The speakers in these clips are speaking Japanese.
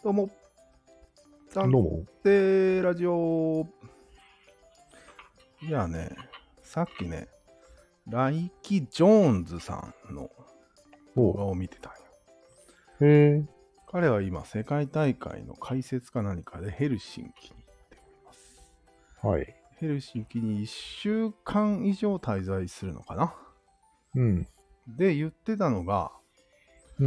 どうも、探どうも。 偵ラジオ。いやね、さっきね、ライキ・ジョーンズさんの動画を見てたんよ。 へえ。 彼は今、世界大会の解説か何かでヘルシンキに行っております。 はい。 ヘルシンキに1週間以上滞在するのかな。 うん。 で、言ってたのが、 うん。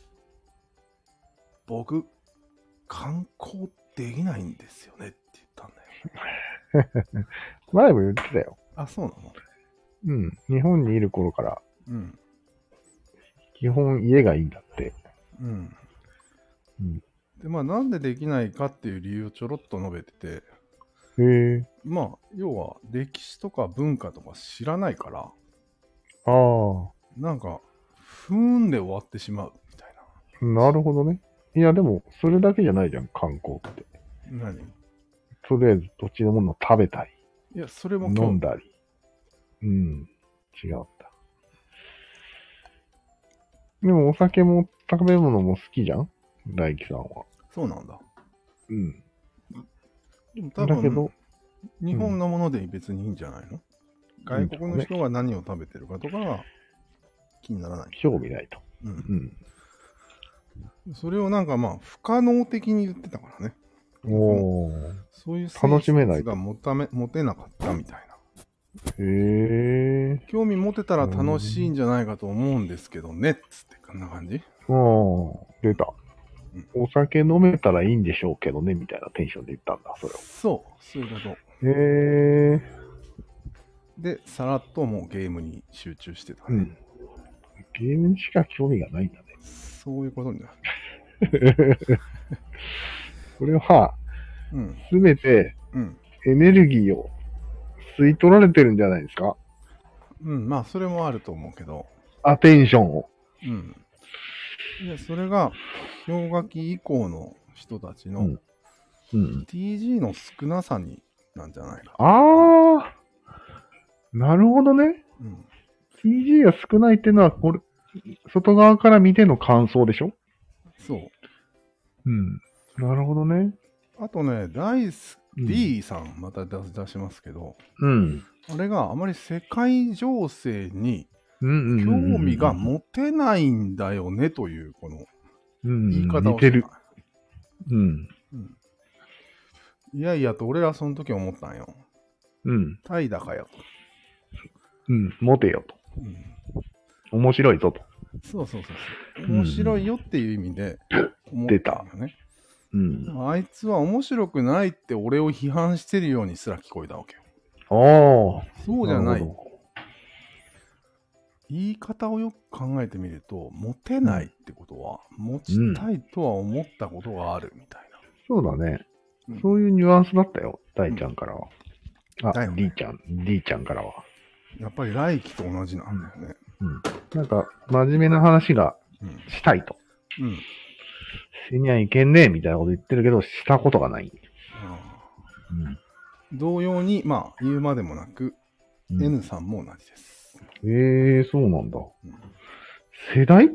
僕、観光できないんですよねって言ったんだよ。 前も言ってたよ。 あ、そうなの？ うん。日本にいる頃から、 うん。 基本家がいいんだって。 うん。 うん。 で、まあ、なんでできないかっていう理由をちょろっと述べてて、 へえ。 まあ、要は歴史とか文化とか知らないから、 あなんか、ふーんで終わってしまうみたいあ。なるほどね。いや、でも、それだけじゃないじゃん、観光って。 な。何？ とりあえず、土地のものを食べたり、 いや、それも飲んだり。うん。違うんだ。でも、お酒も食べ物も好きじゃん大樹さんは。 そうなんだ。 うん。 でも多分、 だけど、 日本のもので別にいいんじゃないの？外国の人が何を食べてるかとかは気にならない。 興味ないと。 ううん。 ん。それをなんかまあ、不可能的に言ってたからね。 おー。 そういう性楽しめないと質が持てなかったみたいな。 へえ。 興味持てたら楽しいんじゃないかと思うんですけどね、っつってこんな感じ。 出た。お酒飲めたらいいんでしょうけどね、みたいなテンションで言ったんだ、それを。 そういうこと。 へえ。 で、さらっともうゲームに集中してたね。 うん。ゲームにしか興味がないんだね。 そういうことになる。 それは、すべてエネルギーを吸い取られてるんじゃないですか？ まあ、それもあると思うけど。 アテンションを。 いや、それが、氷河期以降の人たちの TG の少なさになんじゃないか。 ああ、なるほどね。TG が少ないっていうのは、これ、外側から見ての感想でしょ？ そう。 なるほどね。 あとね、D さん、また出しますけど、あれがあまり世界情勢に興味が持てないんだよねという、この言い方をしてた。いやいやと俺らその時思ったんよ。怠惰かよと。 持てよと。面白いぞと。 そう。面白いよっていう意味で思ったんよね。あいつは面白くないって俺を批判してるようにすら聞こえたわけよ。そうじゃない。言い方をよく考えてみると、モテないってことは、持ちたいとは思ったことがあるみたいな。 そうだね。そういうニュアンスだったよ、大ちゃんからは。D ちゃんからは。 やっぱり来期と同じなんだよね。 なんか、真面目な話がしたいと。しにゃいけんねえみたいなこと言ってるけど、したことがない。 同様に、まあ、言うまでもなく、N さんも同じです。 そうなんだ。世代？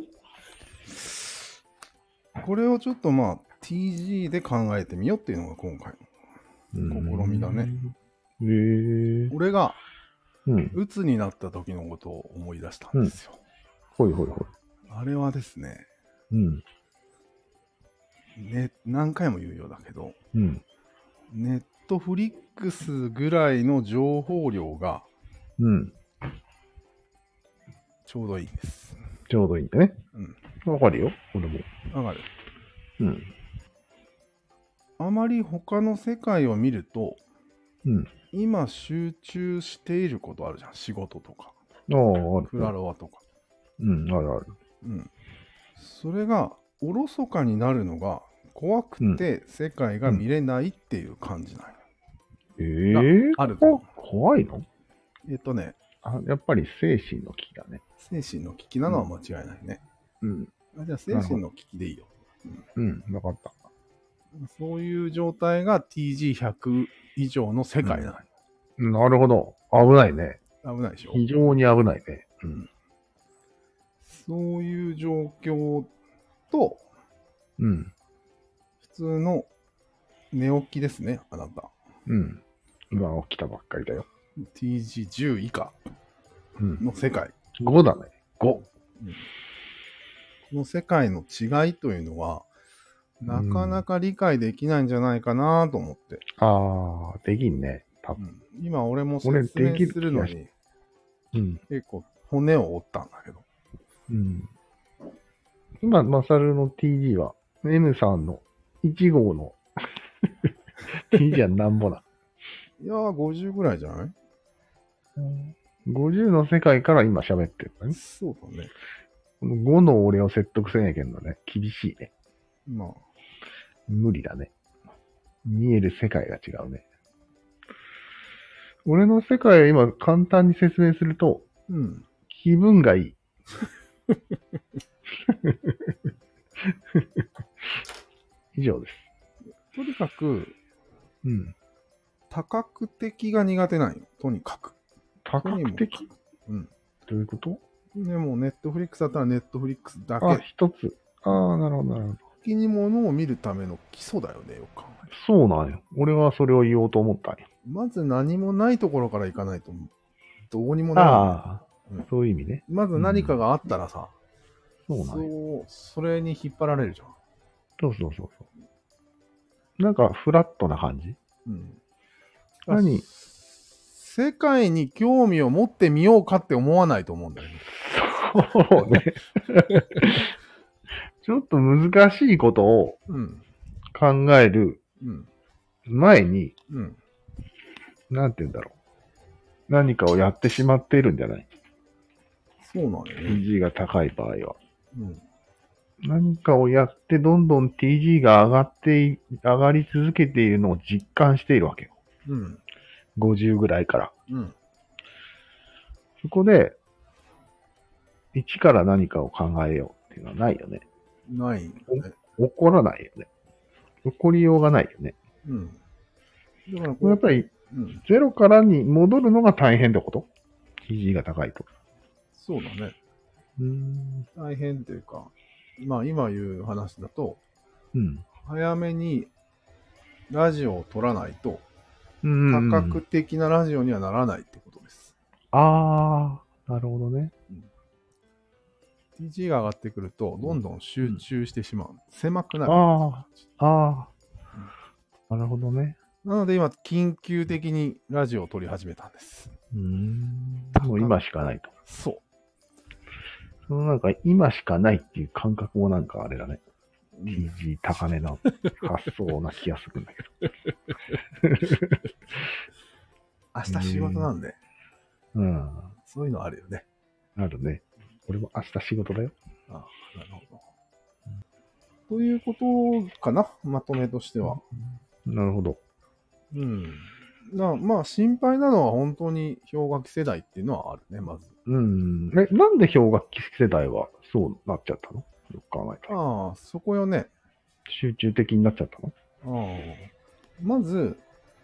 これをちょっとまあ、TG で考えてみようっていうのが今回の試みだね。俺が、鬱になった時のことを思い出したんですよ。あれはですね、何回も言うようだけど、ネットフリックスぐらいの情報量が、ちょうどいいんです。 ちょうどいいんだね。わかるよ、俺も。 わかる。あまり他の世界を見ると、今集中していることあるじゃん。仕事とか。クラロワとか。 あるある。 それが、おろそかになるのが怖くて世界が見れないっていう感じなんよ。あると。 怖いの？やっぱり精神の危機だね。 精神の危機なのは間違いないね。じゃあ精神の危機でいいよ。 わかった。 そういう状態が TG100 以上の世界なの。なるほど。危ないね。 危ないでしょ。 非常に危ないね。 そういう状況と、 通の寝起きですね、あなた。 うん。今起きたばっかりだよ。 TG10 以下の世界。 5だね。5。この世界の違いというのは、なかなか理解できないんじゃないかなと思って。 ああ、できんね。多分。 今俺も説明するのに、結構骨を折ったんだけど。 今、マサルの TG は、M さんの1号のTG はなんぼだ。 いやー、50ぐらいじゃない？ 50の世界から今喋ってるからね。 そうだね。 この5の俺を説得せんやけんのね。厳しいね。 まあ。 無理だね。見える世界が違うね。俺の世界を今簡単に説明すると、気分がいい。以上です。 とにかく、多角的が苦手なんよ。とにかく。 多角的？どういうこと？ でも、ネットフリックスだったらネットフリックスだけ。 一つ。なるほど、なるほど。 先に物を見るための基礎だよね、よく考えて。 そうなんよ。俺はそれを言おうと思ったんよ。 まず何もないところから行かないと、どうにもならない。そういう意味ね。 まず何かがあったらさ、 そうなんよ。 それに引っ張られるじゃん。 そう。なんかフラットな感じ。何？ 世界に興味を持ってみようかって思わないと思うんだよね。 そうね。ちょっと難しいことを考える前に、なんて言うんだろう。何かをやってしまっているんじゃない？ そうなんよね。 TG が高い場合は。何かをやってどんどん TG が上がり続けているのを実感しているわけよ。50ぐらいから。そこで、一から何かを考えようっていうのはないよね。 ないよね。 起こらないよね。起こりようがないよね。だからやっぱり、ゼロからに戻るのが大変ってこと？ TG が高いと。 そうだね。大変っていうか、まあ今言う話だと、早めにラジオを撮らないと、多角的なラジオにはならないってことです。 なるほどね。 TG が上がってくると、どんどん集中してしまう。狭くなる。 なるほどね。 なので今、緊急的にラジオを撮り始めたんです。 もう今しかないと。 そう。 そのなんか今しかないっていう感覚もなんかあれだね。TG 高めの発想な気がするんだけど。 明日仕事なんで。そういうのあるよね。 あるね。俺も明日仕事だよ。 なるほど。ということかな、まとめとしては。 なるほど。 まあ、心配なのは本当に氷河期世代っていうのはあるね、まず。 なんで氷河期世代はそうなっちゃったの？よく考えたら。そこよね。 集中的になっちゃったの？ まず、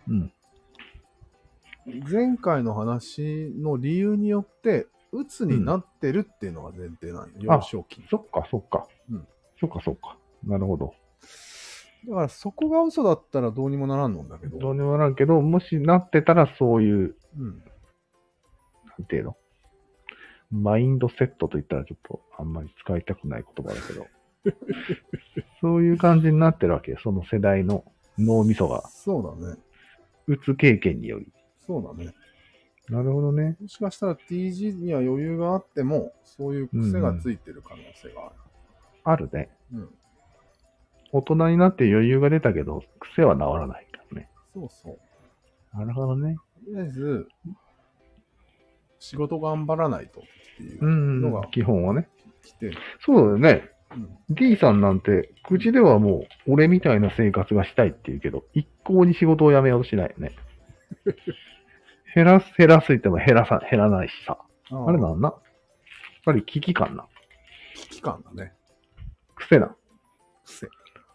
前回の話の理由によって、鬱になってるっていうのが前提なんよ、幼少期。 そっか。そっか。なるほど。 だからそこが嘘だったらどうにもならんのんだけど。 どうにもならんけど、もしなってたらそういう、なんていうの？マインドセットと言ったらちょっとあんまり使いたくない言葉だけど、そういう感じになってるわけよ、その世代の脳みそが。 そうだね。 うつ経験により。 そうだね。 なるほどね。 もしかしたら TG には余裕があっても、そういう癖がついてる可能性がある。 あるね。大人になって余裕が出たけど、癖は治らないからね。 そうそう。 なるほどね。 とりあえず、仕事頑張らないとっていうのが、 基本はね。 来てる。 そうだよね。D さんなんて、口ではもう、俺みたいな生活がしたいって言うけど、一向に仕事を辞めようとしないよね。減らす言っても減らないしさ。あれなんな。やっぱり危機感な。 危機感だね。 癖な。 癖。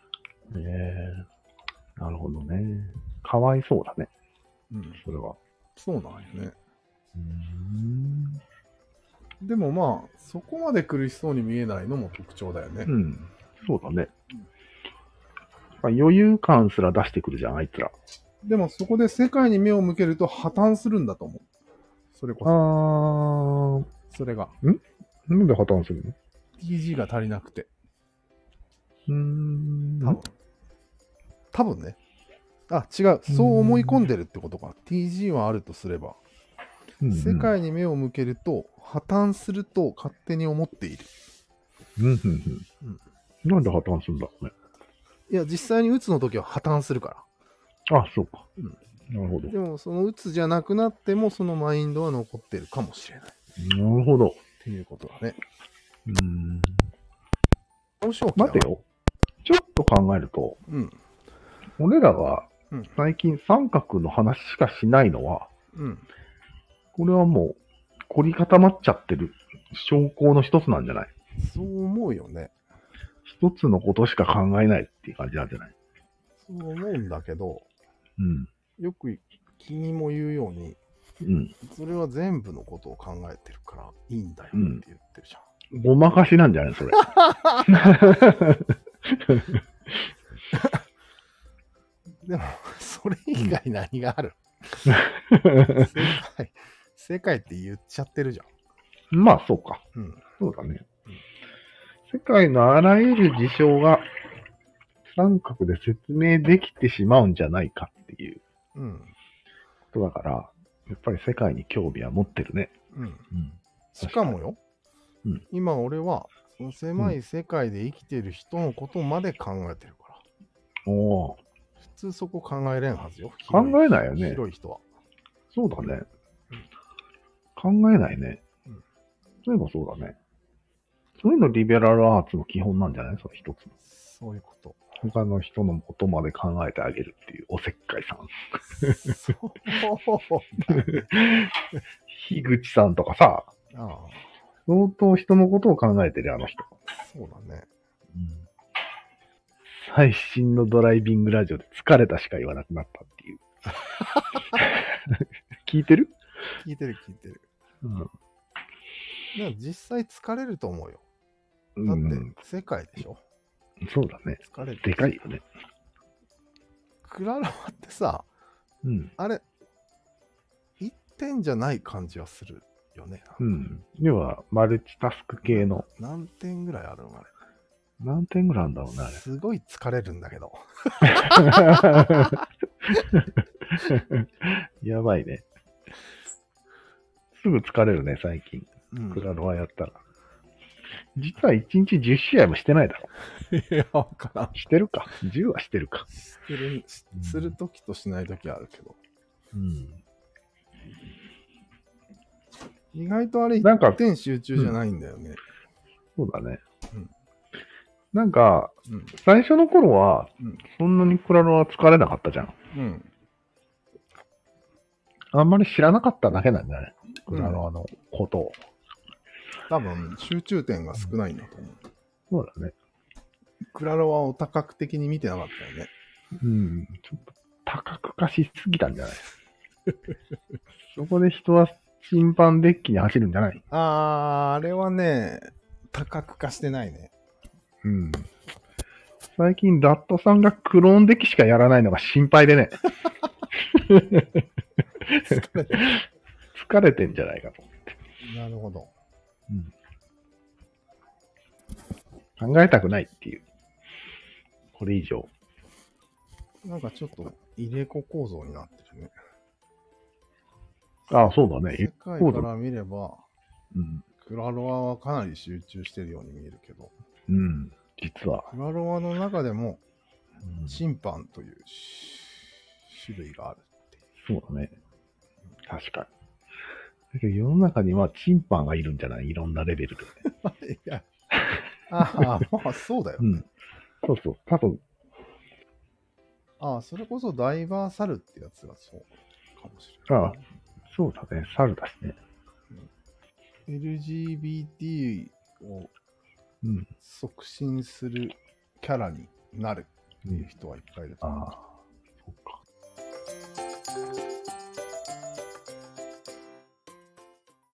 なるほどね。かわいそうだね。それは。 そうなんよね。でもまあ、そこまで苦しそうに見えないのも特徴だよね。 そうだね。 余裕感すら出してくるじゃん、あいつら。 でもそこで世界に目を向けると破綻するんだと思う。それこそ。それが。 なんで破綻するの？ TG が足りなくて。多分ね。あ、違う。そう思い込んでるってことか。TG はあるとすれば。世界に目を向けると破綻すると勝手に思っている。 なんで破綻するんだろうね。 いや、実際に打つの時は破綻するから。 あ、そうか。なるほど。 でも、その打つじゃなくなっても、そのマインドは残ってるかもしれない。 なるほど。 っていうことだね。 待てよ。ちょっと考えると、俺らが最近三角の話しかしないのは、これはもう凝り固まっちゃってる証拠の一つなんじゃない？ そう思うよね。 一つのことしか考えないっていう感じなんじゃない？ そう思うんだけど、よく君も言うように、それは全部のことを考えてるからいいんだよって言ってるじゃん。 ごまかしなんじゃないそれ。 でも、それ以外何がある？世界って言っちゃってるじゃん。 まあ、そうか。そうだね。世界のあらゆる事象が三角で説明できてしまうんじゃないかっていうことだから、やっぱり世界に興味は持ってるね。 しかもよ、今俺はその狭い世界で生きてる人のことまで考えてるから。普通そこ考えれんはずよ。 考えないよね。 広い人は。 そうだね。考えないね。そういえばそうだね。そういうのリベラルアーツの基本なんじゃない？その一つの。 そういうこと。 他の人のことまで考えてあげるっていうおせっかいさん。 そうだね。 樋口さんとかさ、相当人のことを考えてるあの人。 そうだね。 最新のドライビングラジオで疲れたしか言わなくなったっていう。聞いてる？ 聞いてる。でも実際疲れると思うよ。だって世界でしょ？ そうだね。 疲れる。 でかいよね。 クラロワってさ、あれ、一点じゃない感じはするよね。 要は、マルチタスク系の。 何点ぐらいあるのあれ。 何点ぐらいあるんだろうね、あれ。 すごい疲れるんだけど。 やばいね。すぐ疲れるね、最近。クラロワやったら。実は1日10試合もしてないだろ。 いや、わからん。 してるか。10はしてるか。 するときとしないときあるけど。意外とあれ一点集中じゃないんだよね。 そうだね。なんか、最初の頃は、そんなにクラロワ疲れなかったじゃん。あんまり知らなかっただけなんじゃない？クラロワのことを。 多分、集中点が少ないんだと思う。 そうだね。 クラロワを多角的に見てなかったよね。 ちょっと多角化しすぎたんじゃない？そこで人は審判デッキに走るんじゃない？ あれはね、多角化してないね。 最近、ラットさんがクローンデッキしかやらないのが心配でね。疲れてんじゃないかと思って。 なるほど。 考えたくないっていう。これ以上。 なんかちょっと入れ子構造になってるね。 そうだね。 世界から見れば、クラロワはかなり集中してるように見えるけど。 実は。 クラロワの中でも、審判という種類があるっていう。 そうだね。確かに。だけど世の中には審判がいるんじゃない？いろんなレベルで。 いや。まあそうだよね。 そうそう。多分。 それこそダイバーサルってやつがそうかもしれない。 そうだね。サルだしね。 LGBT を促進するキャラになるっていう人はいっぱいいると思う。